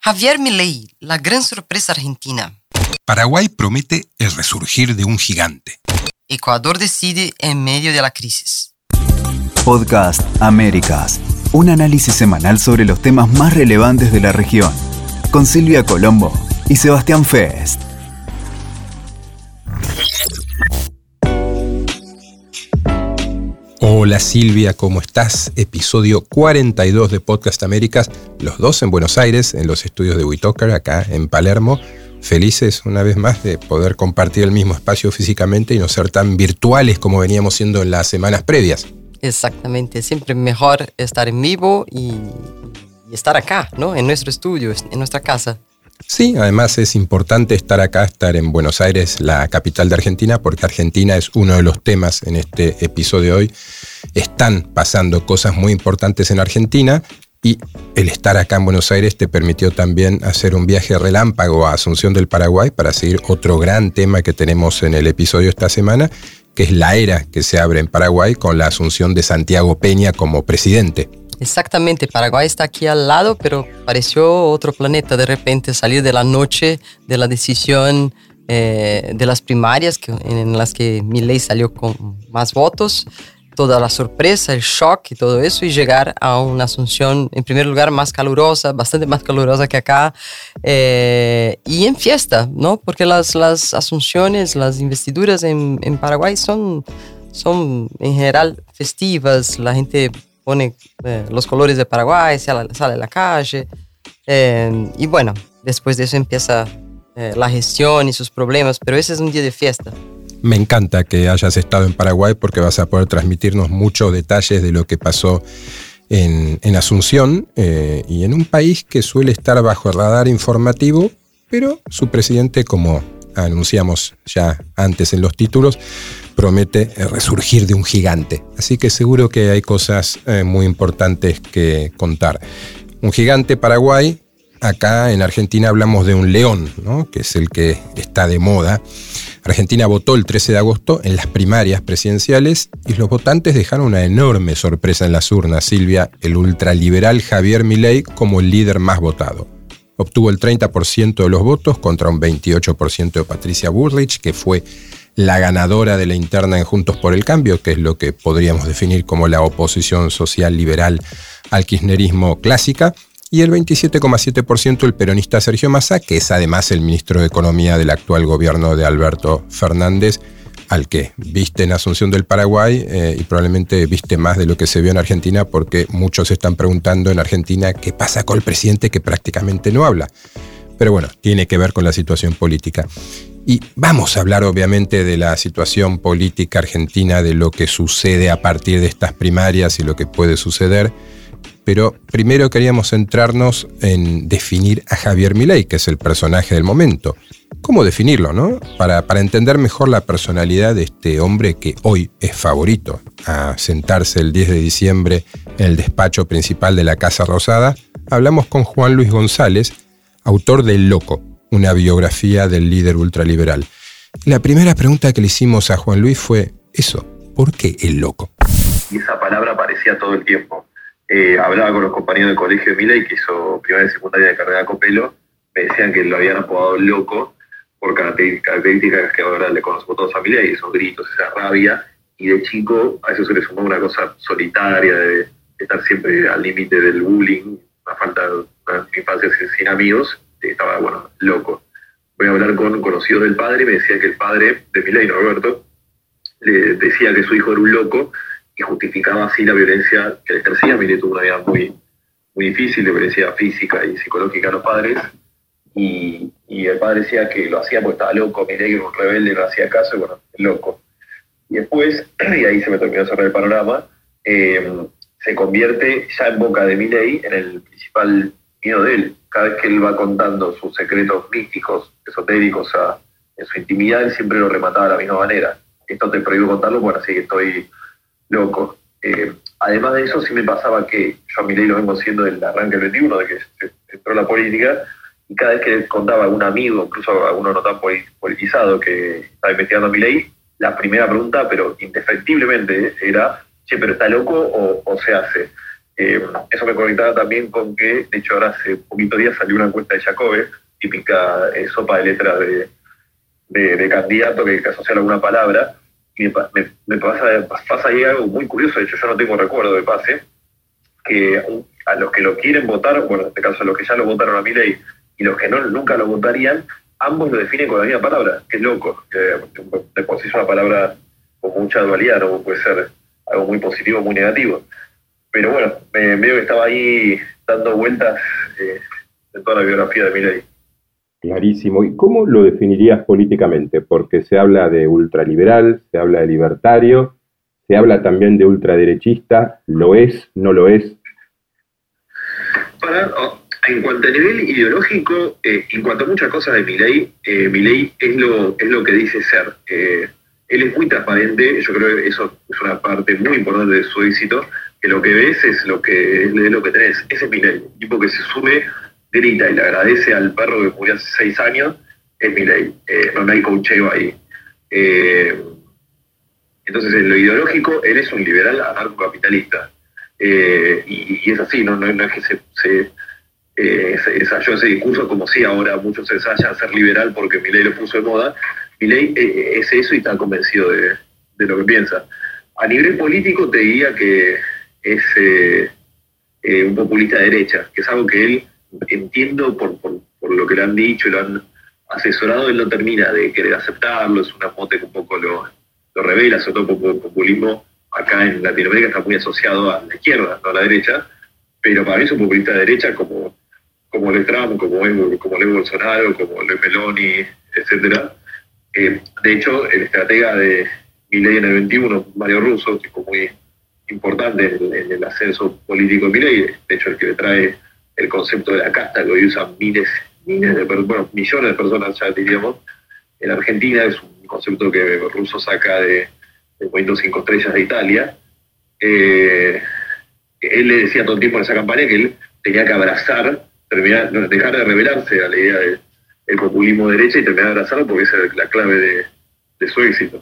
Javier Milei, la gran sorpresa argentina. Paraguay promete el resurgir de un gigante. Ecuador decide en medio de la crisis. Podcast Américas, un análisis semanal sobre los temas más relevantes de la región, con Silvia Colombo y Sebastián Fest. Hola Silvia, ¿cómo estás? Episodio 42 de Podcast Américas, los dos en Buenos Aires, en los estudios de WeTalker, acá en Palermo. Felices una vez más de poder compartir el mismo espacio físicamente y no ser tan virtuales como veníamos siendo en las semanas previas. Exactamente, siempre mejor estar en vivo y estar acá, ¿no? En nuestro estudio, en nuestra casa. Sí, además es importante estar acá, estar en Buenos Aires, la capital de Argentina, porque Argentina es uno de los temas en este episodio de hoy. Están pasando cosas muy importantes en Argentina y el estar acá en Buenos Aires te permitió también hacer un viaje relámpago a Asunción del Paraguay para seguir otro gran tema que tenemos en el episodio esta semana, que es la era que se abre en Paraguay con la asunción de Santiago Peña como presidente. Exactamente, Paraguay está aquí al lado, pero pareció otro planeta de repente salir de la noche de la decisión de las primarias en las que Milei salió con más votos, toda la sorpresa, el shock y todo eso, y llegar a una Asunción, en primer lugar, más calurosa, bastante más calurosa que acá, y en fiesta, ¿no? Porque las asunciones, las investiduras en Paraguay son en general festivas, la gente pone los colores de Paraguay, sale a la calle, y bueno, después de eso empieza la gestión y sus problemas, pero ese es un día de fiesta. Me encanta que hayas estado en Paraguay porque vas a poder transmitirnos muchos detalles de lo que pasó en Asunción y en un país que suele estar bajo el radar informativo, pero su presidente, como anunciamos ya antes en los títulos, promete resurgir de un gigante. Así que seguro que hay cosas muy importantes que contar. Un gigante Paraguay, acá en Argentina hablamos de un león, ¿no? Que es el que está de moda. Argentina votó el 13 de agosto en las primarias presidenciales y los votantes dejaron una enorme sorpresa en las urnas. Silvia, el ultraliberal Javier Milei como el líder más votado. Obtuvo el 30% de los votos contra un 28% de Patricia Bullrich, que fue la ganadora de la interna en Juntos por el Cambio, que es lo que podríamos definir como la oposición social liberal al kirchnerismo clásica, y el 27,7% el peronista Sergio Massa, que es además el ministro de Economía del actual gobierno de Alberto Fernández, al que viste en Asunción del Paraguay y probablemente viste más de lo que se vio en Argentina, porque muchos están preguntando en Argentina qué pasa con el presidente que prácticamente no habla. Pero bueno, tiene que ver con la situación política. Y vamos a hablar obviamente de la situación política argentina, de lo que sucede a partir de estas primarias y lo que puede suceder. Pero primero queríamos centrarnos en definir a Javier Milei, que es el personaje del momento. ¿Cómo definirlo, no? Para entender mejor la personalidad de este hombre que hoy es favorito a sentarse el 10 de diciembre en el despacho principal de la Casa Rosada, hablamos con Juan Luis González, autor de El Loco, una biografía del líder ultraliberal. La primera pregunta que le hicimos a Juan Luis fue eso, ¿por qué El Loco? Y esa palabra aparecía todo el tiempo. Hablaba con los compañeros del colegio de Milei, que hizo primaria y secundaria de carrera Copelo, me decían que lo habían apodado El Loco por características que ahora le conocemos todos a Milei, esos gritos, esa rabia, y de chico a eso se le sumó una cosa solitaria de estar siempre al límite del bullying, una infancia sin amigos, estaba, bueno, loco. Voy a hablar con conocidos del padre y me decía que el padre de Milei, Norberto, le decía que su hijo era un loco y justificaba así la violencia que le ejercía. Milei tuvo una vida muy, muy difícil, de violencia física y psicológica a los padres, y el padre decía que lo hacía porque estaba loco, Milei era un rebelde, no hacía caso, y bueno, loco. Y después, y ahí se me terminó de cerrar el panorama, se convierte ya en boca de Milei en el principal miedo de él. Cada vez que él va contando sus secretos místicos, esotéricos en su intimidad, él siempre lo remataba de la misma manera. Esto te prohíbo contarlo, bueno, así que estoy loco. Además de eso, sí me pasaba que yo a Milei lo vengo siendo del arranque del 21, de que se entró la política, y cada vez que contaba a algún amigo, incluso a alguno no tan politizado que estaba investigando a Milei, la primera pregunta, pero indefectiblemente, era, che, ¿pero está loco o se hace? Eso me conectaba también con que, de hecho, ahora hace poquitos días salió una encuesta de Jacobes, típica sopa de letras de candidato que asocia alguna palabra, y me pasa ahí algo muy curioso. De hecho, yo no tengo recuerdo de pase, que a los que lo quieren votar, bueno, en este caso a los que ya lo votaron a Milei y los que nunca lo votarían, ambos lo definen con la misma palabra, que es loco, que de por sí es una palabra con mucha dualidad, no puede ser algo muy positivo o muy negativo. Pero bueno, veo que estaba ahí dando vueltas en toda la biografía de Milei. Clarísimo. ¿Y cómo lo definirías políticamente? Porque se habla de ultraliberal, se habla de libertario, se habla también de ultraderechista. ¿Lo es? ¿No lo es? En cuanto a nivel ideológico, en cuanto a muchas cosas de Milei, Milei es lo que dice ser. Él es muy transparente, yo creo que eso es una parte muy importante de su éxito, que lo que ves es lo que tenés. Ese es Milei, el tipo que se sube, grita y le agradece al perro que murió hace 6 años, es Milei. No hay coacheo ahí. Entonces, en lo ideológico, él es un liberal anarcocapitalista. Y es así, no es que se ensayó ese discurso como si ahora muchos ensayan ser liberal porque Milei lo puso de moda. Milei es eso y está convencido de lo que piensa. A nivel político te diría que es un populista de derecha, que es algo que él, entiendo por lo que le han dicho y lo han asesorado, él no termina de querer aceptarlo, es una mote que un poco lo revela, sobre todo porque el populismo acá en Latinoamérica está muy asociado a la izquierda, no a la derecha, pero para mí es un populista de derecha como lo es Trump, como lo es Bolsonaro, como lo es Meloni, etc. De hecho, el estratega de Milei en el 21, Mario Russo, tipo muy importante en el ascenso político de Milei, de hecho el que le trae el concepto de la casta, que hoy usan millones de personas, ya diríamos, en Argentina, es un concepto que Russo saca de Movimiento 5 Estrellas de Italia. Él le decía todo el tiempo en esa campaña que él tenía que dejar de rebelarse a la idea del populismo de derecha y terminar de abrazarlo, porque esa es la clave de su éxito.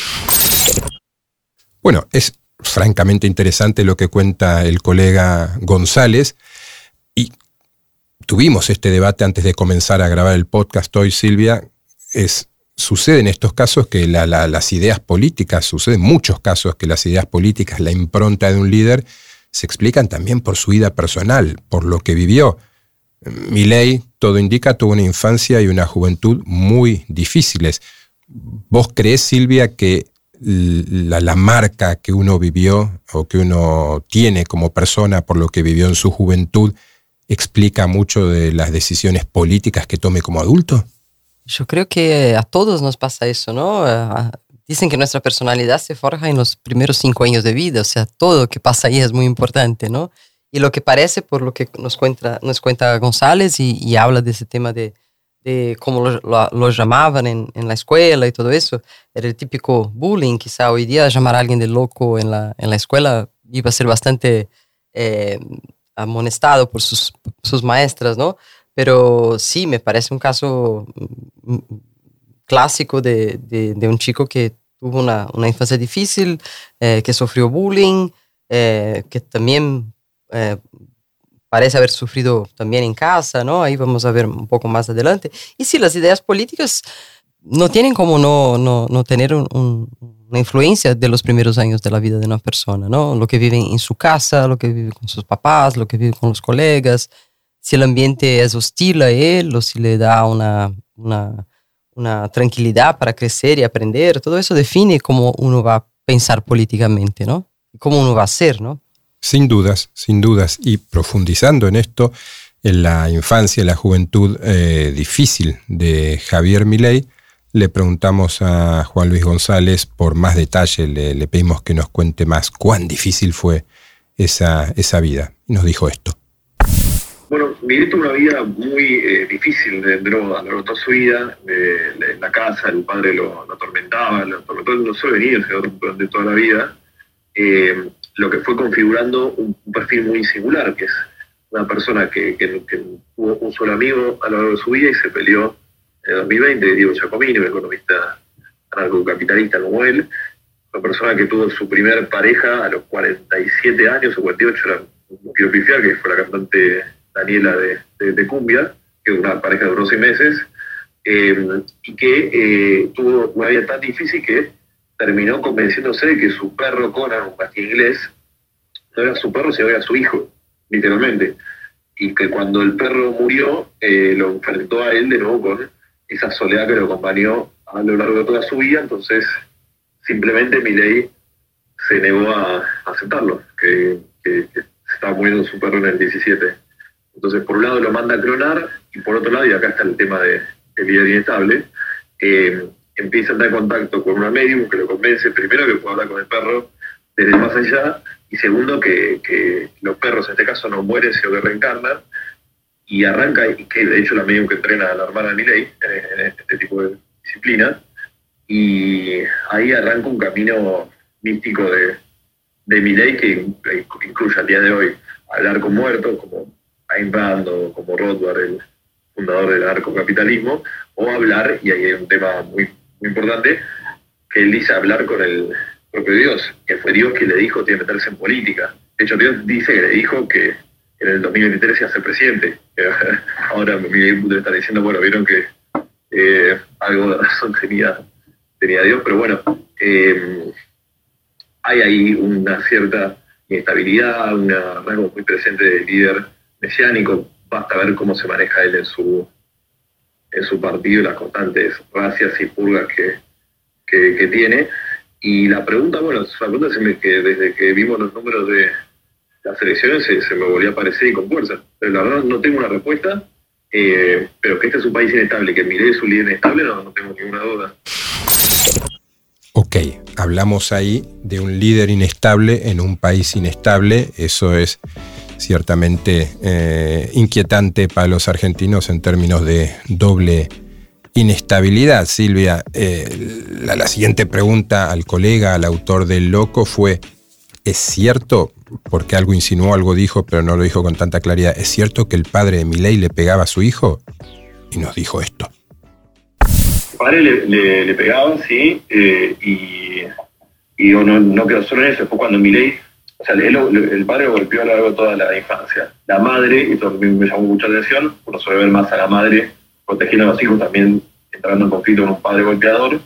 Bueno, es francamente interesante lo que cuenta el colega González, y tuvimos este debate antes de comenzar a grabar el podcast hoy, Silvia. Sucede en estos casos que las ideas políticas, sucede en muchos casos que las ideas políticas, la impronta de un líder, se explican también por su vida personal, por lo que vivió. Milei, todo indica, tuvo una infancia y una juventud muy difíciles. ¿Vos creés, Silvia, que la marca que uno vivió o que uno tiene como persona por lo que vivió en su juventud explica mucho de las decisiones políticas que tome como adulto? Yo creo que a todos nos pasa eso, ¿no? Dicen que nuestra personalidad se forja en los primeros 5 años de vida, o sea, todo lo que pasa ahí es muy importante, ¿no? Y lo que parece, por lo que nos cuenta González y habla de ese tema de cómo lo llamaban en la escuela y todo eso, era el típico bullying. Quizá hoy día llamar a alguien de loco en la escuela iba a ser bastante amonestado por sus maestras, ¿no? Pero sí, me parece un caso clásico de un chico que tuvo una infancia difícil, que sufrió bullying, que también parece haber sufrido también en casa, ¿no? Ahí vamos a ver un poco más adelante. Y sí, las ideas políticas no tienen como no tener una influencia de los primeros años de la vida de una persona, ¿no? Lo que vive en su casa, lo que vive con sus papás, lo que vive con los colegas. Si el ambiente es hostil a él o si le da una tranquilidad para crecer y aprender, todo eso define cómo uno va a pensar políticamente, ¿no? Y cómo uno va a ser, ¿no? Sin dudas, sin dudas. Y profundizando en esto, en la infancia y la juventud difícil de Javier Milei, le preguntamos a Juan Luis González por más detalle, le pedimos que nos cuente más cuán difícil fue esa vida. Y nos dijo esto. Bueno, Milei tuvo una vida muy difícil de droga a lo largo de toda su vida. En la casa el padre lo atormentaba, no solo de niño, sino durante toda la vida. Lo que fue configurando un perfil muy singular, que es una persona que tuvo un solo amigo a lo largo de su vida y se peleó en 2020, Diego Giacomini, un economista anarcocapitalista como él, una persona que tuvo su primer pareja a los 47 años o 48, era no quiero pifiar, que fue la cantante Daniela de Cumbia, que una pareja duró 6 meses, y que tuvo una vida tan difícil que terminó convenciéndose de que su perro Conan, un pastor inglés, no era su perro, sino era su hijo, literalmente. Y que cuando el perro murió, lo enfrentó a él de nuevo con esa soledad que lo acompañó a lo largo de toda su vida. Entonces, simplemente Milei se negó a aceptarlo, que se estaba muriendo su perro en el 17. Entonces, por un lado lo manda a clonar, y por otro lado, y acá está el tema del líder inestable, empieza a entrar en contacto con una medium que lo convence, primero, que puede hablar con el perro desde el más allá, y segundo, que los perros en este caso no mueren, sino que reencarnan, y arranca, y que de hecho la medium que entrena a la hermana de Milei en este tipo de disciplina, y ahí arranca un camino místico de Milei que incluye al día de hoy hablar con muertos, como Ayn Rand o como Rothbard, el fundador del anarcocapitalismo, o hablar, y ahí hay un tema muy, muy importante, que él dice hablar con el propio Dios, que fue Dios que le dijo tiene que meterse en política. De hecho, Dios dice que le dijo que en el 2023 iba a ser presidente. Ahora Miguel Puto está diciendo, bueno, vieron que algo de razón tenía Dios, pero bueno, hay ahí una cierta inestabilidad, un rasgo muy presente del líder mesiánico. Basta ver cómo se maneja él en su partido, las constantes racias y purgas que tiene. Y la pregunta, es que desde que vimos los números de las elecciones se me volvió a aparecer y con fuerza. Pero la verdad no tengo una respuesta, pero que este es un país inestable, que Milei es un líder inestable, no tengo ninguna duda. Ok, hablamos ahí de un líder inestable en un país inestable. Eso es ciertamente inquietante para los argentinos en términos de doble inestabilidad. Silvia, la siguiente pregunta al colega, al autor del Loco, fue: ¿es cierto, porque algo insinuó, algo dijo, pero no lo dijo con tanta claridad, ¿es cierto que el padre de Milei le pegaba a su hijo? Y nos dijo esto. El padre le pegaba, sí, y no quedó solo en eso. Fue cuando Milei, o sea, el padre golpeó a lo largo de toda la infancia. La madre, y esto me llamó mucha atención, uno suele ver más a la madre protegiendo a los hijos, también entrando en conflicto con un padre golpeador,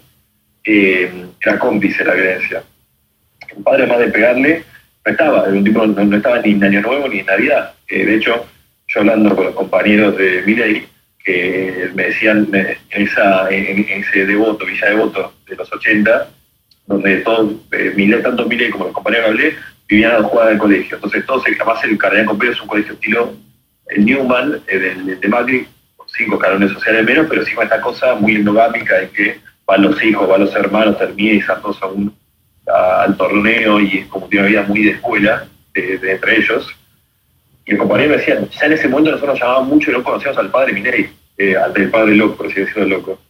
era cómplice de la violencia. El padre, además de pegarle, no estaba, un tipo no estaba ni en Año Nuevo ni en Navidad. De hecho, yo hablando con los compañeros de Milei, que me decían en ese Devoto, Villa Devoto de los 80, donde todos, tanto Milei como los compañeros que hablé, vivían a la jugada del colegio. Entonces, además el Cardenal Copelo es un colegio estilo el Newman, de Macri, 5 escalones sociales menos, pero sí con esta cosa muy endogámica de que van los hijos, van los hermanos, terminan y esas cosas al torneo, y es como tiene una vida muy de escuela de entre ellos. Y el compañero me decía, ya en ese momento nosotros nos llamaban mucho y no conocíamos al padre Milei, al padre loco, por así decirlo, loco.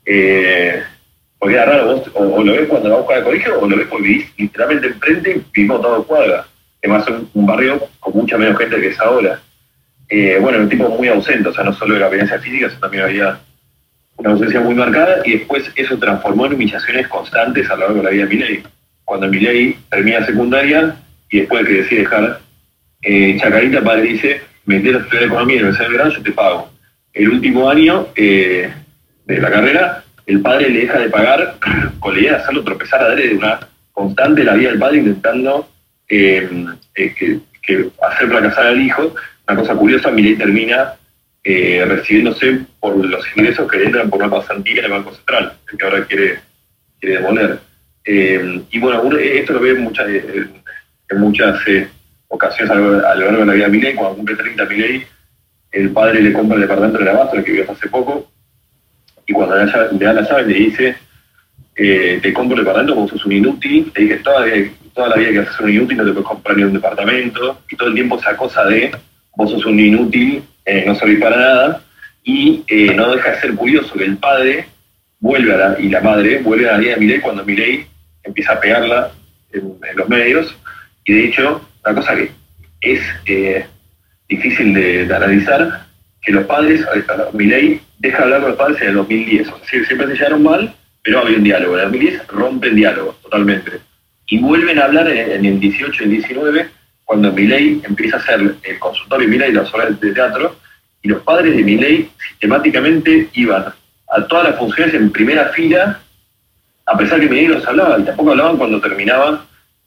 Porque era raro, vos o lo ves cuando vas a buscar al colegio, o lo ves porque vivís literalmente enfrente y vivimos todo cuadra. Además es un barrio con mucha menos gente que es ahora. Bueno, un tipo muy ausente, o sea, no solo de la violencia física, sino también había una ausencia muy marcada, y después eso transformó en humillaciones constantes a lo largo de la vida de Milei. Cuando Milei termina secundaria y después que decide dejar Chacarita, el padre dice, metete a estudiar economía en la Universidad del Grano, yo te pago. El último año de la carrera, el padre le deja de pagar con la idea de hacerlo tropezar a Dre, de una constante la vida del padre intentando que hacer fracasar al hijo. Una cosa curiosa, Milei termina recibiéndose por los ingresos que le entran por una pasantía en el Banco Central, el que ahora quiere demoler. Y bueno, esto lo ve en muchas ocasiones a lo largo de la vida de Milei. Cuando cumple 30 Milei, el padre le compra el departamento de Abasto, en el que vivió hace poco, y cuando le da la llave le dice, te compro el departamento porque sos un inútil. Le dije, toda la vida que haces un inútil no te puedes comprar ni un departamento, y todo el tiempo esa cosa de vos sos un inútil, no servís para nada, y no deja de ser curioso que el padre y la madre vuelve a la vida de Milei cuando Milei empieza a pegarla en los medios. Y de hecho, una cosa que es difícil de analizar, que los padres, Milei deja de hablar con los padres en el 2010, o sea, siempre se llevaron mal, pero había un diálogo. En el 2010 rompen diálogo totalmente, y vuelven a hablar en el 18 y el 19, cuando Milei empieza a hacer el consultorio Milei y las obras de teatro, y los padres de Milei sistemáticamente iban a todas las funciones en primera fila, a pesar que Milei los hablaba, y tampoco hablaban cuando terminaba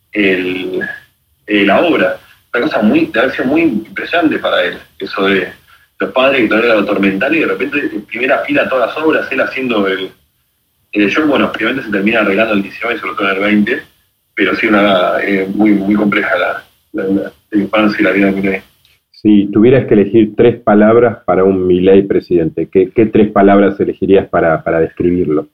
la obra. Una cosa debe haber sido muy impresionante para él, eso de los padres que todavía era atormental y de repente en primera fila todas las obras, él haciendo el show. Bueno, obviamente se termina arreglando el 19 y sobre todo en el 20, pero sí muy, muy compleja la infancia y la vida de Milei. Si tuvieras que elegir 3 palabras para un Milei presidente, ¿qué 3 palabras elegirías para describirlo?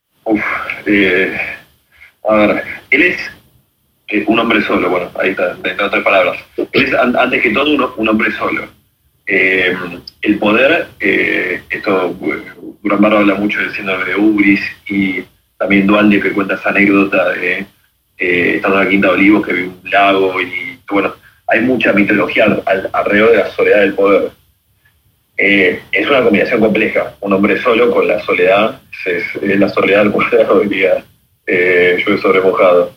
A ver, él es un hombre solo, bueno, ahí está, dentro de 3 palabras. Él es, antes que todo, un hombre solo. El poder, esto Durán Barba habla mucho diciendo de Ubris, y también Dualde, que cuenta esa anécdota de estando en la Quinta de Olivos, que ve un lago, y bueno, hay mucha mitología alrededor de la soledad del poder. Es una combinación compleja, un hombre solo con la soledad, es la soledad del poder, diría yo sobre mojado.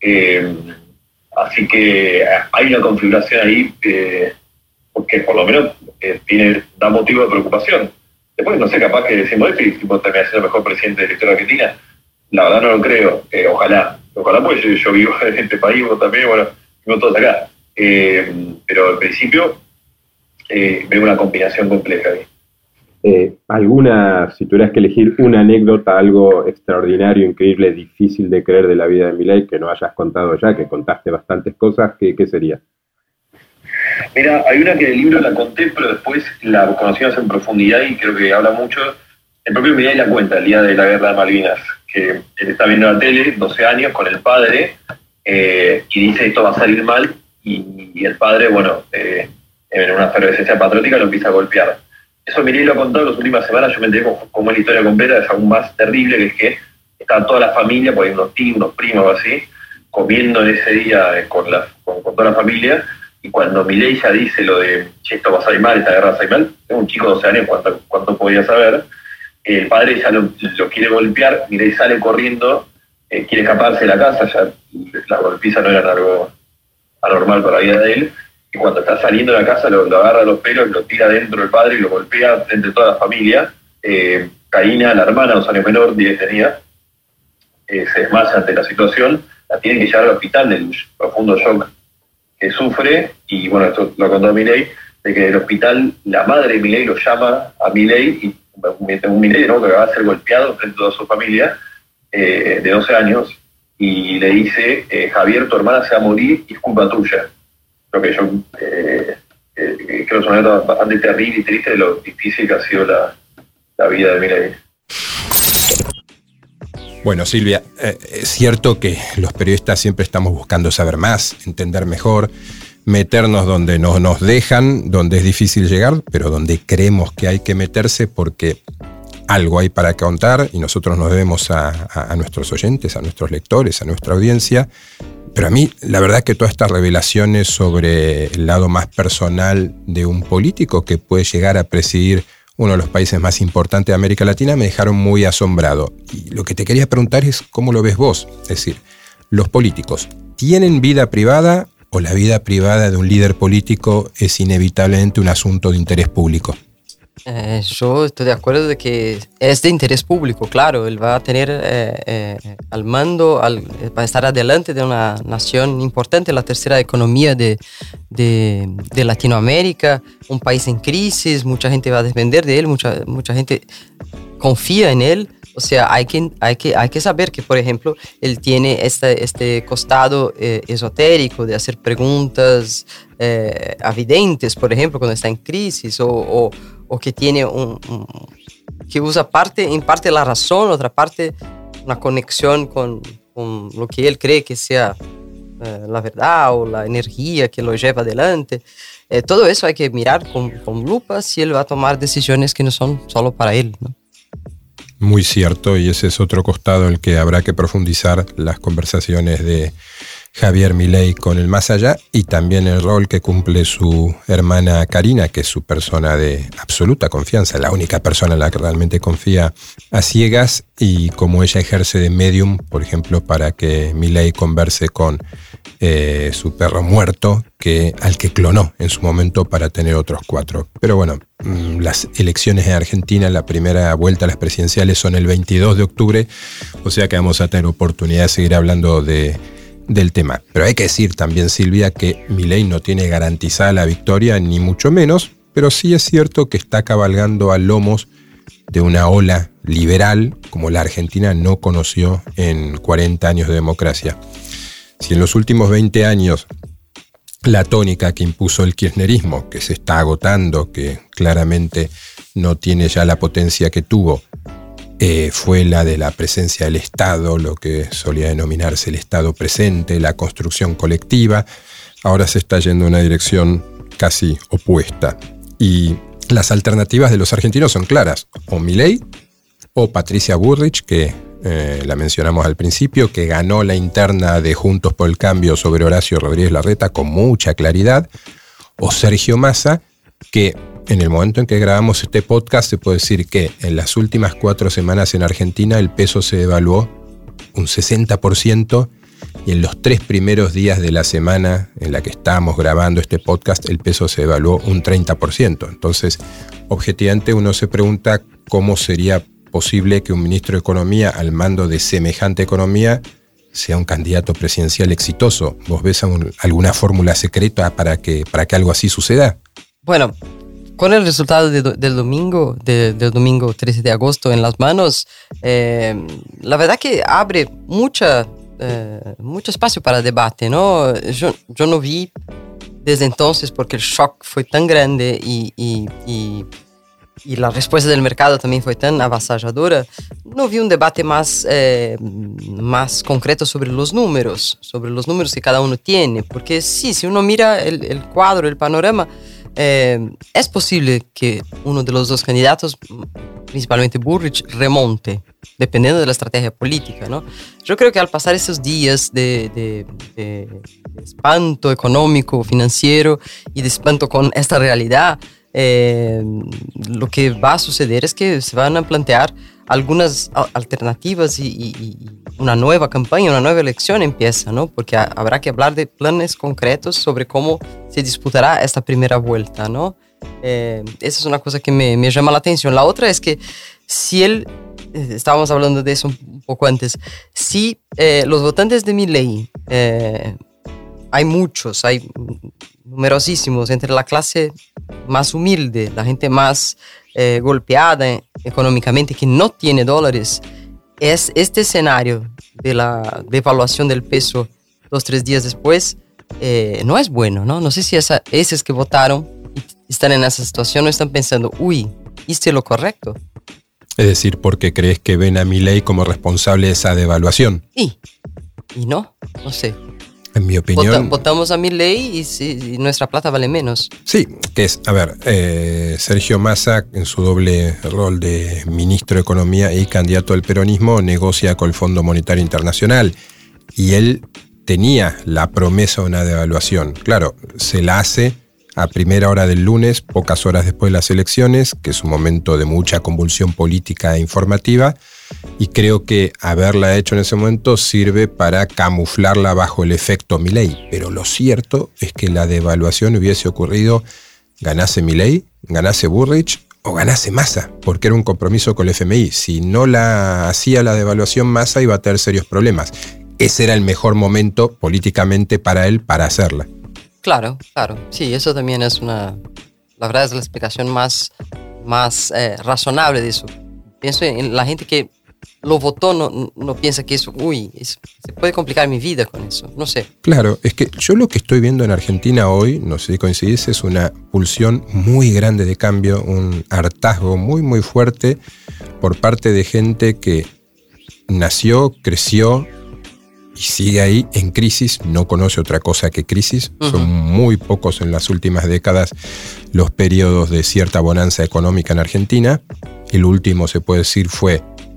Así que hay una configuración ahí que por lo menos da motivo de preocupación. Después, no sé, capaz que decimos esto y termina siendo el mejor presidente de la historia de Argentina. La verdad no lo creo. Ojalá, porque yo vivo en este país, vos también, bueno, vivimos todos acá. Pero al principio veo una combinación compleja ahí. Si tuvieras que elegir una anécdota, algo extraordinario, increíble, difícil de creer de la vida de Milei, que no hayas contado ya, que contaste bastantes cosas, ¿qué sería? Mira, hay una que en el libro la conté, pero después la conocimos en profundidad y creo que habla mucho. El propio Milei la cuenta, el día de la Guerra de Malvinas, que él está viendo la tele, 12 años, con el padre, y dice esto va a salir mal, y el padre, bueno, en una efervescencia patriótica lo empieza a golpear. Eso Milei lo ha contado en las últimas semanas, yo me enteré como es la historia completa, es aún más terrible, que es que está toda la familia, por ahí unos tíos, unos primos o así, comiendo en ese día con toda la familia, y cuando Milei ya dice lo de, che, esto va a salir mal, esta guerra va a salir mal, es un chico de 12 años, ¿cuánto podía saber? El padre ya lo quiere golpear, Milei sale corriendo, quiere escaparse de la casa, ya las golpizas no eran algo anormal para la vida de él, y cuando está saliendo de la casa lo agarra de los pelos, lo tira dentro del padre y lo golpea entre toda la familia. Karina, la hermana, 2 años menor, 10 tenía, se desmaya ante la situación, la tienen que llevar al hospital del profundo shock que sufre, y bueno, esto lo contó Milei, de que en el hospital la madre de Milei lo llama a Milei, y un Milei, ¿no?, que va a ser golpeado frente a toda su familia, de 12 años, y le dice, Javier, tu hermana se va a morir y es culpa tuya. Lo que yo creo que es una nota bastante terrible y triste de lo difícil que ha sido la vida de Milei. Bueno, Silvia, es cierto que los periodistas siempre estamos buscando saber más, entender mejor, meternos donde no nos dejan, donde es difícil llegar, pero donde creemos que hay que meterse porque algo hay para contar y nosotros nos debemos a nuestros oyentes, a nuestros lectores, a nuestra audiencia. Pero a mí, la verdad que todas estas revelaciones sobre el lado más personal de un político que puede llegar a presidir uno de los países más importantes de América Latina me dejaron muy asombrado. Y lo que te quería preguntar es cómo lo ves vos. Es decir, ¿los políticos tienen vida privada o la vida privada de un líder político es inevitablemente un asunto de interés público? Yo estoy de acuerdo de que es de interés público, claro. Él va a tener al mando, va a estar adelante de una nación importante, la tercera economía de Latinoamérica, un país en crisis, mucha gente va a depender de él, mucha gente confía en él. O sea, hay que saber que, por ejemplo, él tiene este costado esotérico de hacer preguntas evidentes, por ejemplo, cuando está en crisis, o que tiene que usa en parte la razón, otra parte una conexión con lo que él cree que sea la verdad o la energía que lo lleva adelante. Todo eso hay que mirar con lupa si él va a tomar decisiones que no son solo para él, ¿no? Muy cierto, y ese es otro costado en el que habrá que profundizar las conversaciones de Javier Milei con el más allá, y también el rol que cumple su hermana Karina, que es su persona de absoluta confianza, la única persona en la que realmente confía a ciegas, y como ella ejerce de medium, por ejemplo, para que Milei converse con su perro muerto, al que clonó en su momento para tener otros 4. Pero bueno, las elecciones en Argentina, la primera vuelta a las presidenciales son el 22 de octubre, o sea que vamos a tener oportunidad de seguir hablando del tema. Pero hay que decir también, Silvia, que Milei no tiene garantizada la victoria, ni mucho menos, pero sí es cierto que está cabalgando a lomos de una ola liberal como la Argentina no conoció en 40 años de democracia. Si en los últimos 20 años la tónica que impuso el kirchnerismo, que se está agotando, que claramente no tiene ya la potencia que tuvo, fue la de la presencia del Estado, lo que solía denominarse el Estado presente, la construcción colectiva, ahora se está yendo en una dirección casi opuesta. Y las alternativas de los argentinos son claras: o Milei o Patricia Bullrich, que la mencionamos al principio, que ganó la interna de Juntos por el Cambio sobre Horacio Rodríguez Larreta con mucha claridad, o Sergio Massa, que en el momento en que grabamos este podcast se puede decir que en las últimas 4 semanas en Argentina el peso se devaluó un 60%, y en los 3 primeros días de la semana en la que estábamos grabando este podcast el peso se devaluó un 30%. Entonces, objetivamente uno se pregunta cómo sería posible que un ministro de Economía al mando de semejante economía sea un candidato presidencial exitoso. ¿Vos ves alguna fórmula secreta para que algo así suceda? Bueno, con el resultado del domingo 13 de agosto en las manos, la verdad que abre mucho espacio para debate, ¿no? Yo no vi desde entonces, porque el shock fue tan grande y la respuesta del mercado también fue tan avasalladora, no vi un debate más concreto sobre los números que cada uno tiene, porque sí, si uno mira el cuadro, el panorama, es posible que uno de los dos candidatos, principalmente Bullrich, remonte, dependiendo de la estrategia política, ¿no? Yo creo que al pasar esos días de espanto económico, financiero y de espanto con esta realidad, lo que va a suceder es que se van a plantear algunas alternativas y una nueva campaña, una nueva elección empieza, ¿no? Porque habrá que hablar de planes concretos sobre cómo se disputará esta primera vuelta, ¿no? Esa es una cosa que me llama la atención. La otra es que si estábamos hablando de eso un poco antes, si los votantes de Milei, hay numerosísimos entre la clase más humilde, la gente más golpeada económicamente, que no tiene dólares, es este escenario de la devaluación del peso 2-3 días después, no es bueno, ¿no? No sé si esos que votaron y están en esa situación no están pensando, ¿hice lo correcto? Es decir, porque crees que ven a Milei como responsable de esa devaluación. Y no sé. En mi opinión... Votamos a Milei y nuestra plata vale menos. Sí, que es, Sergio Massa, en su doble rol de ministro de Economía y candidato al peronismo, negocia con el Fondo Monetario Internacional. Y él tenía la promesa de una devaluación. Claro, se la hace a primera hora del lunes, pocas horas después de las elecciones, que es un momento de mucha convulsión política e informativa, y creo que haberla hecho en ese momento sirve para camuflarla bajo el efecto Milei. Pero lo cierto es que la devaluación hubiese ocurrido ganase Milei, ganase Bullrich o ganase Massa, porque era un compromiso con el FMI. Si no la hacía la devaluación, Massa iba a tener serios problemas. Ese era el mejor momento políticamente para él para hacerla. Claro. Sí, eso también es la verdad es la explicación más razonable de eso. Pienso en la gente que lo votó, no piensa que eso, se puede complicar mi vida con eso, no sé. Claro, es que yo lo que estoy viendo en Argentina hoy, no sé si coincidís, es una pulsión muy grande de cambio, un hartazgo muy, muy fuerte por parte de gente que nació, creció y sigue ahí en crisis, no conoce otra cosa que crisis. Uh-huh. Son muy pocos en las últimas décadas los periodos de cierta bonanza económica en Argentina. El último, se puede decir, fue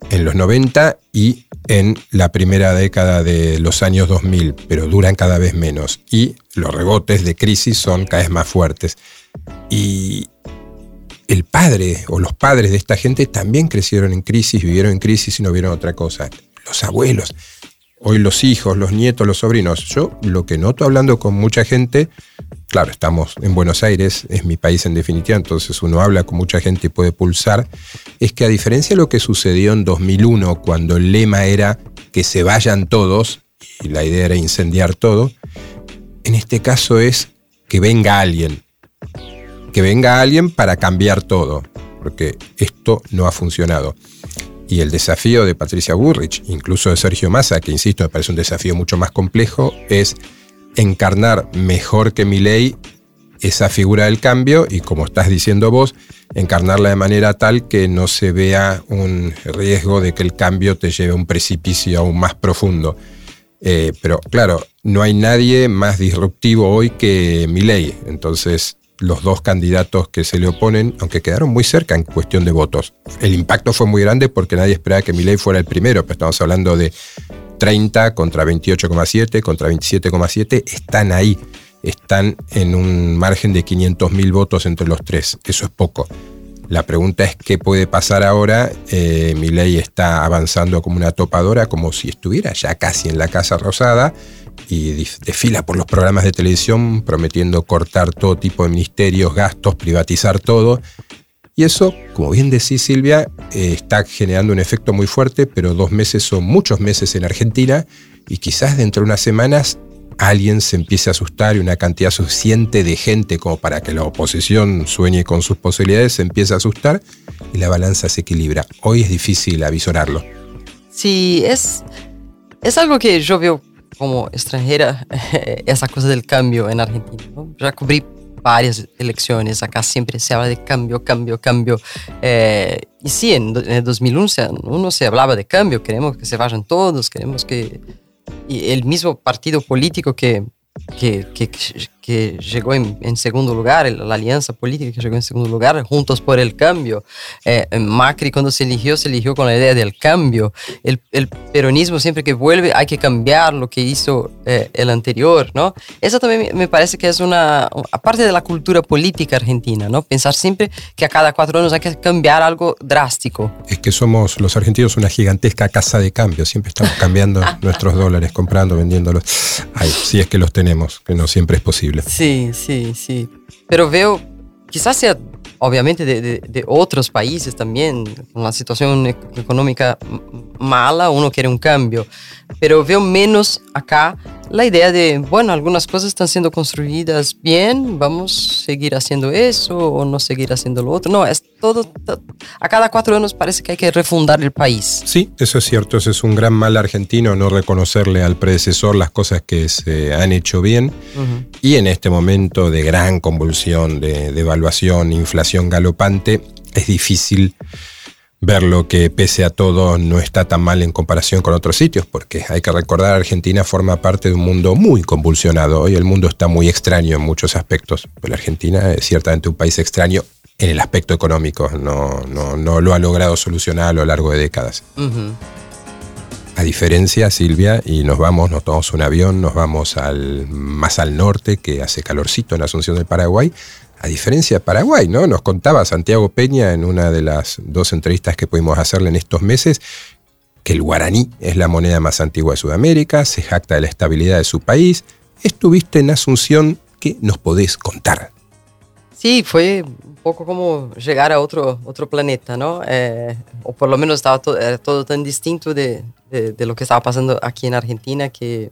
en los 90 y en la primera década de los años 2000, pero duran cada vez menos. Y los rebotes de crisis son cada vez más fuertes. Y el padre o los padres de esta gente también crecieron en crisis, vivieron en crisis y no vieron otra cosa. Los abuelos, hoy los hijos, los nietos, los sobrinos. Yo lo que noto hablando con mucha gente, claro, estamos en Buenos Aires, es mi país en definitiva, entonces uno habla con mucha gente y puede pulsar, es que a diferencia de lo que sucedió en 2001, cuando el lema era que se vayan todos, y la idea era incendiar todo, en este caso es que venga alguien para cambiar todo, porque esto no ha funcionado. Y el desafío de Patricia Bullrich, incluso de Sergio Massa, que insisto, me parece un desafío mucho más complejo, es encarnar mejor que Milei esa figura del cambio y, como estás diciendo vos, encarnarla de manera tal que no se vea un riesgo de que el cambio te lleve a un precipicio aún más profundo. Pero claro, no hay nadie más disruptivo hoy que Milei, entonces los dos candidatos que se le oponen, aunque quedaron muy cerca en cuestión de votos. El impacto fue muy grande porque nadie esperaba que Milei fuera el primero, pero estamos hablando de 30 contra 28,7, contra 27,7, están ahí, están en un margen de 500.000 votos entre los tres, eso es poco. La pregunta es qué puede pasar ahora. Milei está avanzando como una topadora, como si estuviera ya casi en la Casa Rosada, y desfila por los programas de televisión prometiendo cortar todo tipo de ministerios, gastos, privatizar todo. Y eso, como bien decís, Silvia, está generando un efecto muy fuerte, pero 2 meses son muchos meses en Argentina y quizás dentro de unas semanas alguien se empiece a asustar y una cantidad suficiente de gente como para que la oposición sueñe con sus posibilidades se empiece a asustar y la balanza se equilibra. Hoy es difícil avisorarlo. Sí, es algo que yo veo como extranjera, esa cosa del cambio en Argentina, ¿no? Ya cubrí varias elecciones, acá siempre se habla de cambio. Y sí, en 2001 se hablaba de cambio, queremos que se vayan todos, queremos que... Y el mismo partido político que llegó en segundo lugar, la alianza política que llegó en segundo lugar, Juntos por el Cambio. Macri, cuando se eligió con la idea del cambio. El peronismo siempre que vuelve hay que cambiar lo que hizo el anterior, ¿no? Eso también me parece que es aparte de la cultura política argentina, ¿no? Pensar siempre que a cada 4 años hay que cambiar algo drástico. Es que somos los argentinos una gigantesca casa de cambio, siempre estamos cambiando nuestros dólares, comprando, vendiéndolos. Ay, si es que los tenemos, que no siempre es posible. Sí. Pero veo, quizás sea obviamente de otros países también, con la situación económica mala, uno quiere un cambio. Pero veo menos acá la idea de, bueno, algunas cosas están siendo construidas bien, vamos a seguir haciendo eso o no seguir haciendo lo otro. No, es todo, a cada 4 años parece que hay que refundar el país. Sí, eso es cierto, ese es un gran mal argentino, no reconocerle al predecesor las cosas que se han hecho bien. Uh-huh. Y en este momento de gran convulsión, de devaluación, inflación galopante, es difícil ver lo que pese a todo no está tan mal en comparación con otros sitios, porque hay que recordar, Argentina forma parte de un mundo muy convulsionado. Hoy el mundo está muy extraño en muchos aspectos, pero la Argentina es ciertamente un país extraño en el aspecto económico, no lo ha logrado solucionar a lo largo de décadas. Uh-huh. A diferencia, Silvia, y nos tomamos un avión, nos vamos más al norte, que hace calorcito en Asunción del Paraguay. A diferencia de Paraguay, ¿no? Nos contaba Santiago Peña en una de las 2 entrevistas que pudimos hacerle en estos meses que el guaraní es la moneda más antigua de Sudamérica, se jacta de la estabilidad de su país. Estuviste en Asunción, ¿qué nos podés contar? Sí, fue un poco como llegar a otro planeta, ¿no? O por lo menos estaba todo tan distinto de lo que estaba pasando aquí en Argentina que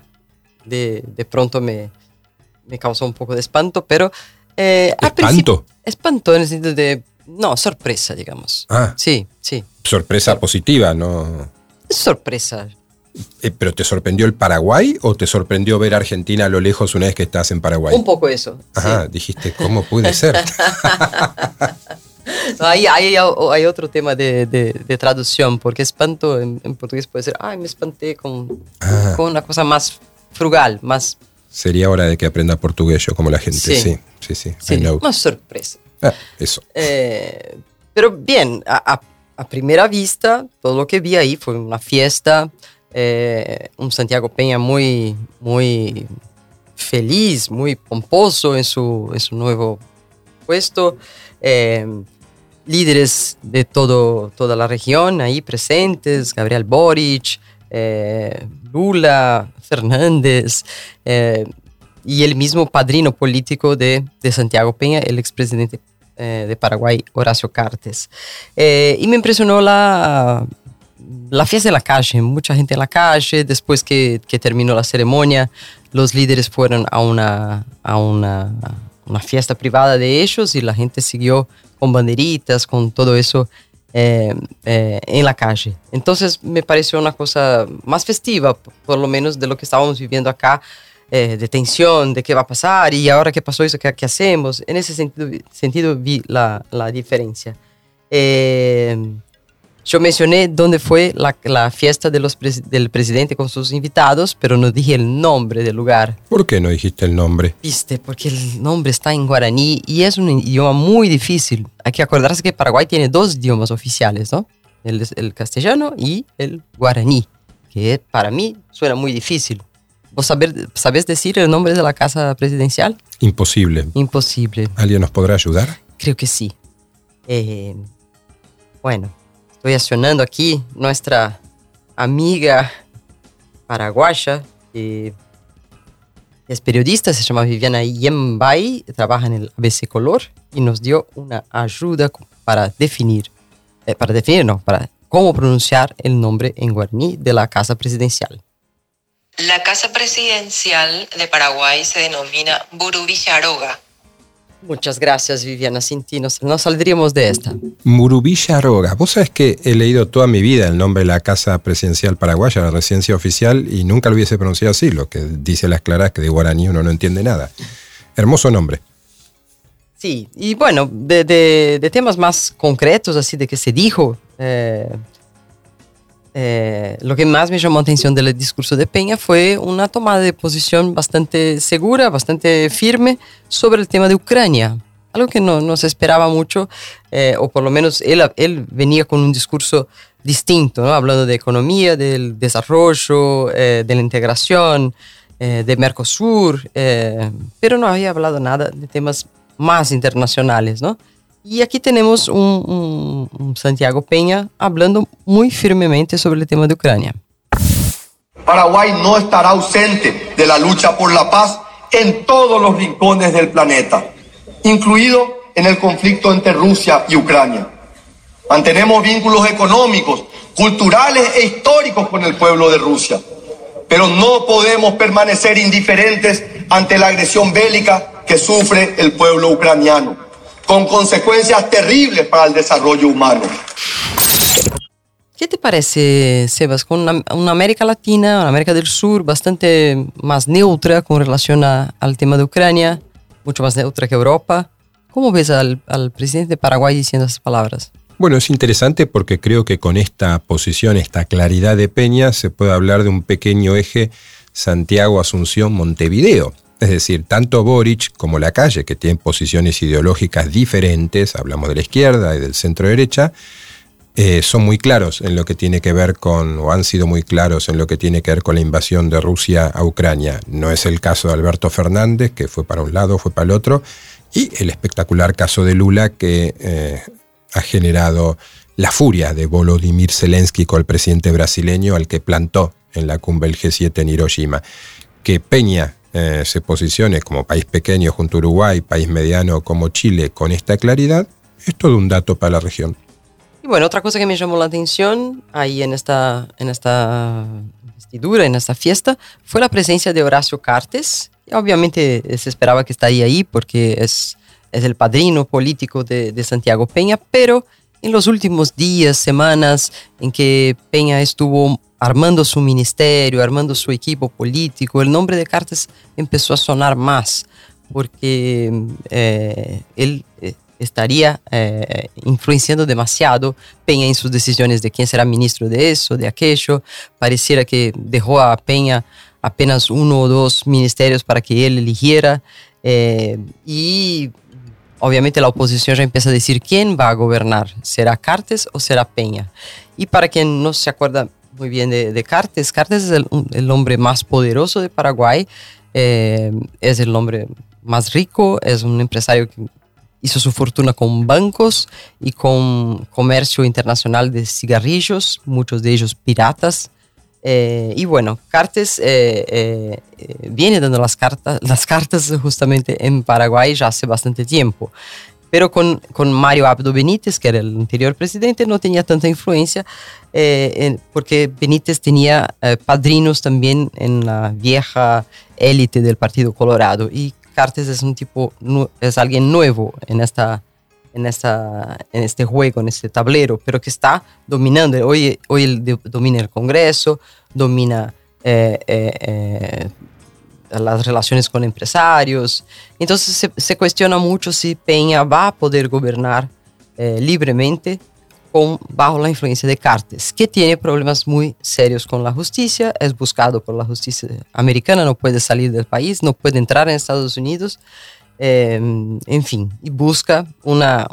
de pronto me causó un poco de espanto, pero... ¿Espanto? Espanto en el sentido de... No, sorpresa, digamos. Ah. Sí. Sorpresa positiva, ¿no? Sorpresa. ¿Pero te sorprendió el Paraguay o te sorprendió ver a Argentina a lo lejos una vez que estás en Paraguay? Un poco eso. Ajá, sí. Dijiste, ¿cómo puede ser? Ahí hay otro tema de traducción, porque espanto en portugués puede ser, me espanté con una cosa más frugal, más... Sería hora de que aprenda portugués yo como la gente, sí. Una sorpresa. Eso. Pero bien, a a primera vista, todo lo que vi ahí fue una fiesta, un Santiago Peña muy, muy feliz, muy pomposo en su nuevo puesto. Líderes de toda la región ahí presentes, Gabriel Boric, Lula, Fernández, y el mismo padrino político de Santiago Peña, el expresidente de Paraguay, Horacio Cartes. Y me impresionó la fiesta en la calle, mucha gente en la calle. Después que terminó la ceremonia, los líderes fueron a una fiesta privada de ellos y la gente siguió con banderitas, con todo eso en la calle. Entonces me pareció una cosa más festiva, por lo menos de lo que estábamos viviendo acá, de tensión, de qué va a pasar y ahora que pasó eso, ¿qué hacemos? En ese sentido vi la diferencia. Yo mencioné dónde fue la fiesta del presidente con sus invitados, pero no dije el nombre del lugar. ¿Por qué no dijiste el nombre? Viste, porque el nombre está en guaraní y es un idioma muy difícil. Hay que acordarse que Paraguay tiene 2 idiomas oficiales, ¿no? El castellano y el guaraní, que para mí suena muy difícil. ¿Vos sabés decir el nombre de la casa presidencial? Imposible. Imposible. ¿Alguien nos podrá ayudar? Creo que sí. Bueno, estoy accionando aquí nuestra amiga paraguaya, que es periodista, se llama Viviana Yembay, trabaja en el ABC Color y nos dio una ayuda para cómo pronunciar el nombre en guaraní de la casa presidencial. La Casa Presidencial de Paraguay se denomina Murubillaroga. Muchas gracias, Viviana. Sin ti no saldríamos de esta. Murubillaroga. Vos sabés que he leído toda mi vida el nombre de la Casa Presidencial Paraguaya, la residencia oficial, y nunca lo hubiese pronunciado así. Lo que dice las claras que de guaraní uno no entiende nada. Hermoso nombre. Sí, y bueno, de temas más concretos, así de que se dijo... lo que más me llamó la atención del discurso de Peña fue una tomada de posición bastante segura, bastante firme sobre el tema de Ucrania. Algo que no se esperaba mucho, o por lo menos él venía con un discurso distinto, ¿no? Hablando de economía, del desarrollo, de la integración, de Mercosur, pero no había hablado nada de temas más internacionales, ¿no? Y aquí tenemos un Santiago Peña hablando muy firmemente sobre el tema de Ucrania. Paraguay no estará ausente de la lucha por la paz en todos los rincones del planeta, incluido en el conflicto entre Rusia y Ucrania. Mantenemos vínculos económicos, culturales e históricos con el pueblo de Rusia, pero no podemos permanecer indiferentes ante la agresión bélica que sufre el pueblo ucraniano, con consecuencias terribles para el desarrollo humano. ¿Qué te parece, Sebas, con una América Latina, una América del Sur bastante más neutra con relación al tema de Ucrania, mucho más neutra que Europa? ¿Cómo ves al presidente de Paraguay diciendo esas palabras? Bueno, es interesante porque creo que con esta posición, esta claridad de Peña, se puede hablar de un pequeño eje Santiago-Asunción-Montevideo. Es decir, tanto Boric como Lacalle, que tienen posiciones ideológicas diferentes, hablamos de la izquierda y del centro derecha, son muy claros en lo que tiene que ver con, o han sido muy claros en lo que tiene que ver con la invasión de Rusia a Ucrania. No es el caso de Alberto Fernández, que fue para un lado, fue para el otro, y el espectacular caso de Lula, que ha generado la furia de Volodymyr Zelensky con el presidente brasileño, al que plantó en la cumbre del G7 en Hiroshima. Que Peña se posicione como país pequeño junto a Uruguay, país mediano como Chile, con esta claridad, es todo un dato para la región. Y bueno, otra cosa que me llamó la atención ahí en esta investidura, en esta fiesta, fue la presencia de Horacio Cartes. Y obviamente se esperaba que estaría ahí porque es el padrino político de Santiago Peña, pero en los últimos días, semanas en que Peña estuvo armando su ministerio, armando su equipo político, el nombre de Cartes empezó a sonar más, porque él estaría influenciando demasiado Peña en sus decisiones de quién será ministro de eso, de aquello. Pareciera que dejó a Peña apenas 1 o 2 ministerios para que él eligiera, y obviamente la oposición ya empieza a decir quién va a gobernar, ¿será Cartes o será Peña? Y para quien no se acuerda muy bien de Cartes, Cartes es el hombre más poderoso de Paraguay, es el hombre más rico, es un empresario que hizo su fortuna con bancos y con comercio internacional de cigarrillos, muchos de ellos piratas. Y bueno, Cartes viene dando las cartas justamente en Paraguay ya hace bastante tiempo. Pero con Mario Abdo Benítez, que era el anterior presidente, no tenía tanta influencia porque Benítez tenía padrinos también en la vieja élite del Partido Colorado. Y Cartes es alguien nuevo en este juego, en este tablero, pero que está dominando. Hoy él domina el Congreso, domina las relaciones con empresarios. Entonces se cuestiona mucho si Peña va a poder gobernar libremente bajo la influencia de Cartes, que tiene problemas muy serios con la justicia, es buscado por la justicia americana, no puede salir del país, no puede entrar en Estados Unidos, en fin, y busca una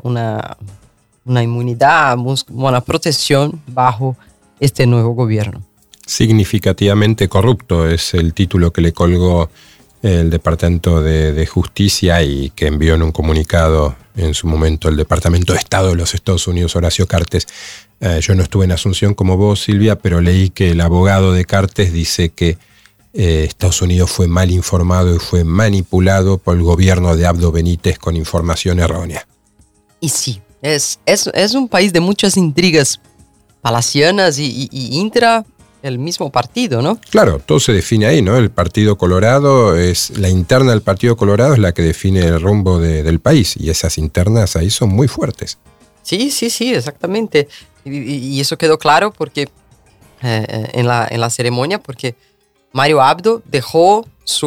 inmunidad, una protección bajo este nuevo gobierno. Significativamente corrupto es el título que le colgó el Departamento de Justicia y que envió en un comunicado en su momento el Departamento de Estado de los Estados Unidos, Horacio Cartes. Yo no estuve en Asunción como vos, Silvia, pero leí que el abogado de Cartes dice que Estados Unidos fue mal informado y fue manipulado por el gobierno de Abdo Benítez con información errónea. Y sí, es un país de muchas intrigas palacianas y intra el mismo partido, ¿no? Claro, todo se define ahí, ¿no? El Partido Colorado la interna del Partido Colorado es la que define el rumbo del país, y esas internas ahí son muy fuertes. Sí, exactamente. Y eso quedó claro porque en la ceremonia, porque Mario Abdo dejó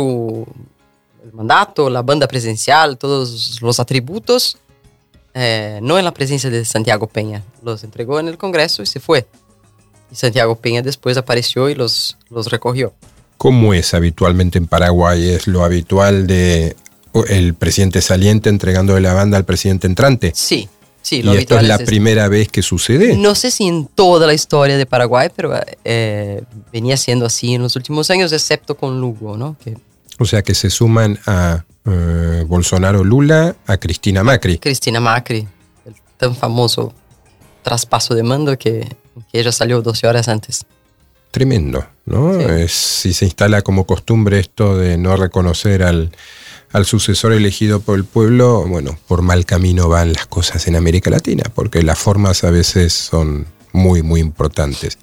el mandato, la banda presidencial, todos los atributos, no en la presencia de Santiago Peña, los entregó en el Congreso y se fue. Y Santiago Peña después apareció y los recogió. ¿Cómo es habitualmente en Paraguay? ¿Es lo habitual de el presidente saliente entregándole la banda al presidente entrante? Sí. ¿Y esto es la primera vez que sucede? No sé si en toda la historia de Paraguay, pero venía siendo así en los últimos años, excepto con Lugo, ¿no? O sea que se suman a Bolsonaro Lula, a Cristina Macri. Cristina Macri, el tan famoso traspaso de mando que ella salió 12 horas antes. Tremendo, ¿no? Sí. Si se instala como costumbre esto de no reconocer al sucesor elegido por el pueblo, bueno, por mal camino van las cosas en América Latina, porque las formas a veces son muy, muy importantes.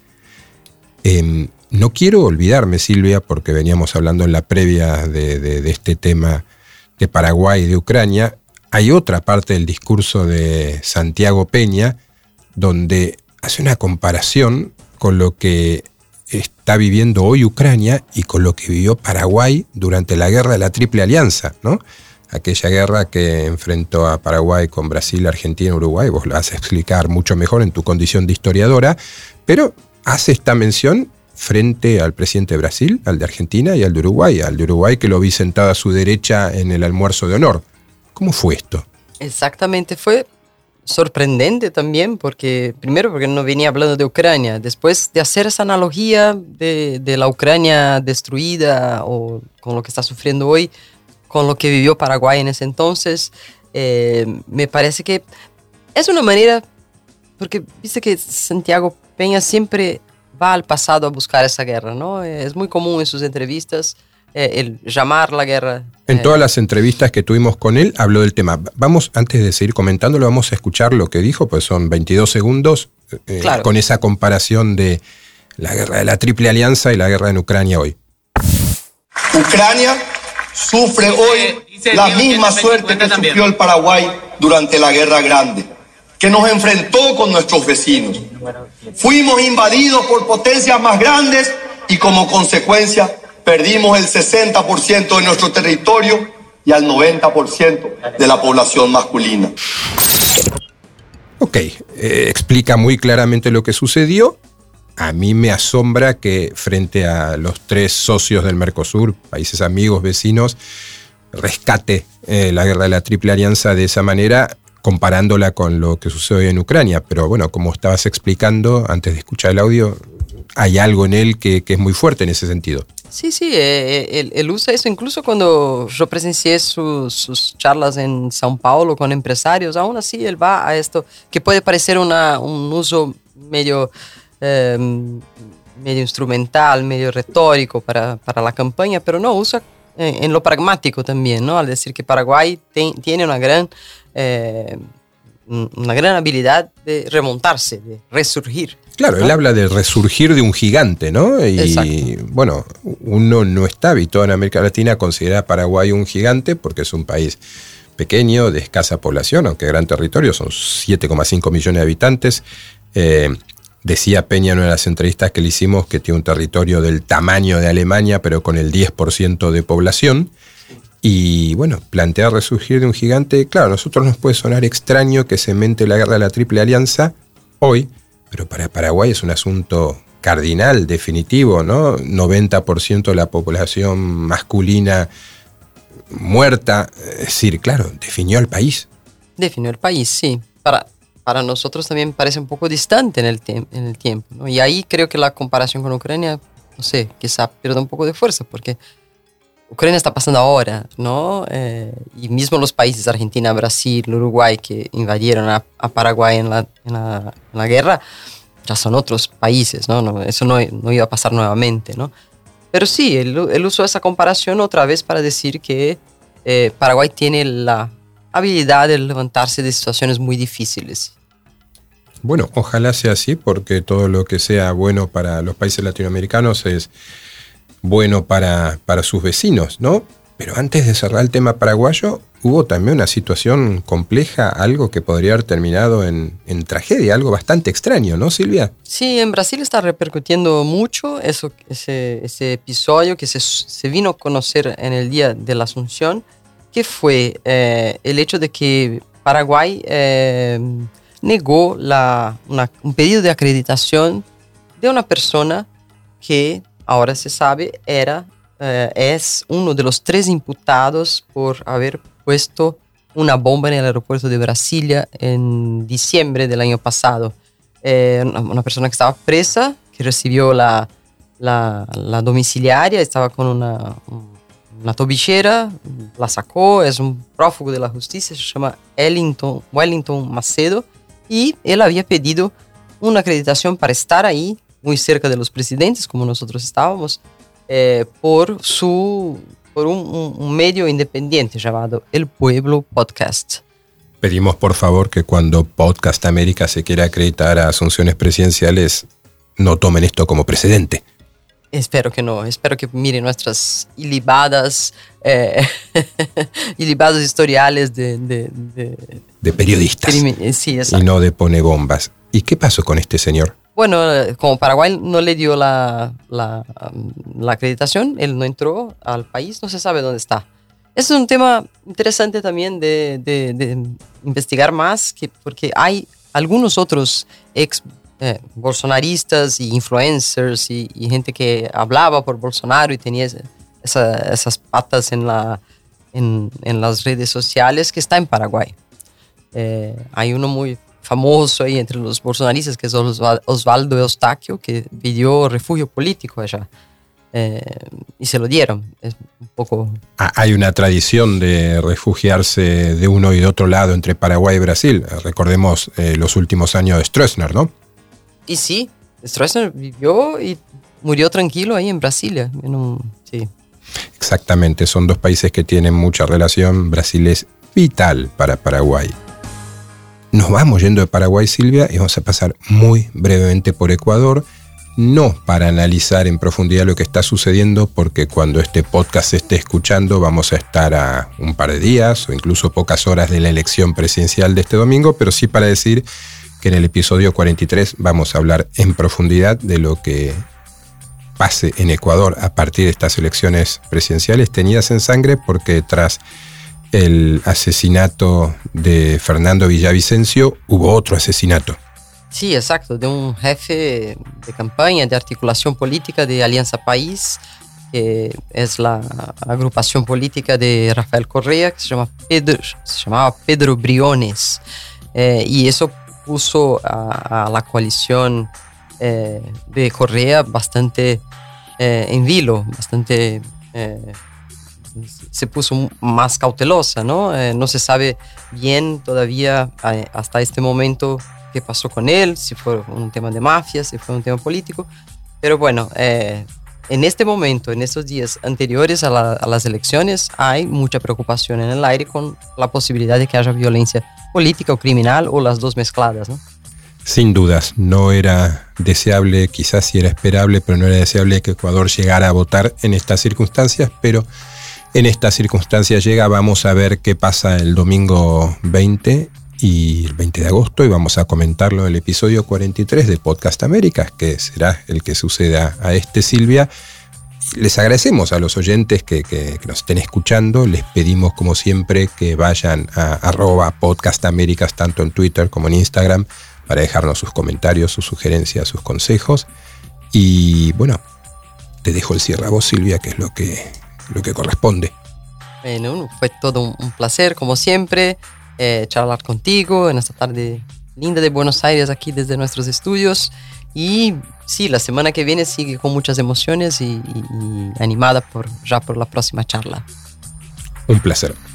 No quiero olvidarme, Silvia, porque veníamos hablando en la previa de este tema de Paraguay y de Ucrania. Hay otra parte del discurso de Santiago Peña donde hace una comparación con lo que está viviendo hoy Ucrania y con lo que vivió Paraguay durante la guerra de la Triple Alianza, ¿no? Aquella guerra que enfrentó a Paraguay con Brasil, Argentina y Uruguay. Vos lo vas a explicar mucho mejor en tu condición de historiadora, pero hace esta mención frente al presidente de Brasil, al de Argentina y al de Uruguay que lo vi sentado a su derecha en el almuerzo de honor. ¿Cómo fue esto? Exactamente, fue sorprendente también, porque no venía hablando de Ucrania, después de hacer esa analogía de la Ucrania destruida o con lo que está sufriendo hoy, con lo que vivió Paraguay en ese entonces, me parece que es una manera, porque viste que Santiago Peña siempre va al pasado a buscar esa guerra, ¿no? Es muy común en sus entrevistas el llamar la guerra. En todas las entrevistas que tuvimos con él habló del tema. Vamos, antes de seguir comentándolo, vamos a escuchar lo que dijo, pues son 22 segundos, claro, con esa comparación de la guerra de la Triple Alianza y la guerra en Ucrania hoy. Ucrania sufre hoy la misma suerte que sufrió el Paraguay durante la Guerra Grande, que nos enfrentó con nuestros vecinos. Fuimos invadidos por potencias más grandes y como consecuencia perdimos el 60% de nuestro territorio y al 90% de la población masculina. Ok, explica muy claramente lo que sucedió. A mí me asombra que frente a los 3 socios del Mercosur, países amigos, vecinos, rescate la guerra de la Triple Alianza de esa manera, comparándola con lo que sucede en Ucrania. Pero bueno, como estabas explicando antes de escuchar el audio, hay algo en él que es muy fuerte en ese sentido. Sí, él usa eso. Incluso cuando yo presencié sus charlas en São Paulo con empresarios, aún así él va a esto, que puede parecer un uso medio instrumental, medio retórico para la campaña, pero no, usa en lo pragmático también, ¿no? Al decir que Paraguay tiene una gran habilidad de remontarse, de resurgir. Claro, ¿no? Él habla de resurgir de un gigante, ¿no? Y exacto. Bueno, uno no está habituado en América Latina a considerar a Paraguay un gigante porque es un país pequeño, de escasa población, aunque gran territorio, son 7,5 millones de habitantes. Decía Peña en una de las entrevistas que le hicimos que tiene un territorio del tamaño de Alemania, pero con el 10% de población. Y bueno, plantear resurgir de un gigante, claro, a nosotros nos puede sonar extraño que se mente la guerra de la Triple Alianza hoy, pero para Paraguay es un asunto cardinal, definitivo, ¿no? 90% de la población masculina muerta. Es decir, claro, definió el país. Definió el país, sí. Para nosotros también parece un poco distante en el tiempo, ¿no? Y ahí creo que la comparación con Ucrania, no sé, quizá pierda un poco de fuerza, porque Ucrania está pasando ahora, ¿no? Y mismo los países, Argentina, Brasil, Uruguay, que invadieron a Paraguay en la guerra, ya son otros países, ¿no? Eso no iba a pasar nuevamente, ¿no? Pero sí, él usó esa comparación otra vez para decir que Paraguay tiene la habilidad de levantarse de situaciones muy difíciles. Bueno, ojalá sea así, porque todo lo que sea bueno para los países latinoamericanos es bueno para sus vecinos, ¿no? Pero antes de cerrar el tema paraguayo, hubo también una situación compleja, algo que podría haber terminado en tragedia, algo bastante extraño, ¿no, Silvia? Sí, en Brasil está repercutiendo mucho ese episodio que se vino a conocer en el día de la Asunción, que fue el hecho de que Paraguay negó un pedido de acreditación de una persona que ahora se sabe es uno de los 3 imputados por haber puesto una bomba en el aeropuerto de Brasilia en diciembre del año pasado. Una persona que estaba presa, que recibió la domiciliaria, estaba con una tobillera, la sacó, es un prófugo de la justicia, se llama Wellington Macedo, y él había pedido una acreditación para estar ahí, muy cerca de los presidentes, como nosotros estábamos, por un medio independiente llamado El Pueblo Podcast. Pedimos por favor que cuando Podcast América se quiera acreditar a asunciones presidenciales, no tomen esto como precedente. Espero que no, espero que miren nuestras ilibados historiales de periodistas. Sí, y no de pone bombas. ¿Y qué pasó con este señor? Bueno, como Paraguay no le dio la acreditación, él no entró al país, no se sabe dónde está. Es un tema interesante también de investigar más, porque hay algunos otros bolsonaristas y influencers y gente que hablaba por Bolsonaro y tenía esas patas en las redes sociales que está en Paraguay. Hay uno muy famoso ahí entre los bolsonaristas que es Osvaldo Eustáquio, que pidió refugio político allá y se lo dieron. Es un poco... Hay una tradición de refugiarse de uno y de otro lado entre Paraguay y Brasil. Recordemos los últimos años de Stroessner, ¿no? Y sí, Stroessner vivió y murió tranquilo ahí en Brasilia. Sí. Exactamente, son 2 países que tienen mucha relación. Brasil es vital para Paraguay. Nos vamos yendo de Paraguay, Silvia, y vamos a pasar muy brevemente por Ecuador, no para analizar en profundidad lo que está sucediendo, porque cuando este podcast se esté escuchando vamos a estar a un par de días o incluso pocas horas de la elección presidencial de este domingo, pero sí para decir que en el episodio 43 vamos a hablar en profundidad de lo que pase en Ecuador a partir de estas elecciones presidenciales teñidas en sangre, porque tras el asesinato de Fernando Villavicencio hubo otro asesinato. Sí, exacto, de un jefe de campaña, de articulación política de Alianza País, que es la agrupación política de Rafael Correa, que se llamaba Pedro Briones, y eso puso a la coalición de Correa bastante en vilo, bastante se puso más cautelosa, ¿no? No se sabe bien todavía hasta este momento qué pasó con él, si fue un tema de mafia, si fue un tema político, pero bueno, en este momento, en estos días anteriores a las elecciones, hay mucha preocupación en el aire con la posibilidad de que haya violencia política o criminal o las dos mezcladas, ¿no? Sin dudas, no era deseable, quizás sí era esperable, pero no era deseable que Ecuador llegara a votar en estas circunstancias, pero en estas circunstancias llega. Vamos a ver qué pasa el domingo 20 y el 20 de agosto y vamos a comentarlo en el episodio 43 de Podcast Américas, que será el que suceda a Silvia. Les agradecemos a los oyentes que nos estén escuchando. Les pedimos, como siempre, que vayan a @podcastaméricas tanto en Twitter como en Instagram para dejarnos sus comentarios, sus sugerencias, sus consejos. Y bueno, te dejo el cierre a vos, Silvia, que es lo que corresponde. Bueno, fue todo un placer, como siempre, charlar contigo en esta tarde linda de Buenos Aires, aquí desde nuestros estudios. Y sí, la semana que viene sigue con muchas emociones y animada ya por la próxima charla. Un placer.